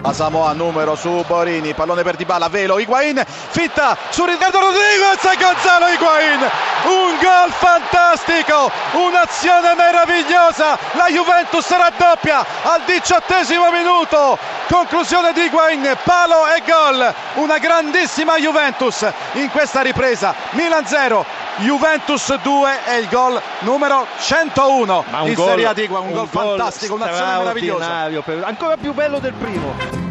Asamoah, numero su Borini, pallone per Dybala, velo, Higuain, fitta su Ricardo Rodriguez e Gonzalo Higuain, un gol fantastico, un'azione meravigliosa, la Juventus raddoppia al 18° minuto, conclusione di Higuain, palo e gol, una grandissima Juventus in questa ripresa. Milan 0, Juventus 2 è il gol numero 101 in Serie A di Higuain, un gol fantastico, un'azione meravigliosa, ancora più bello del primo.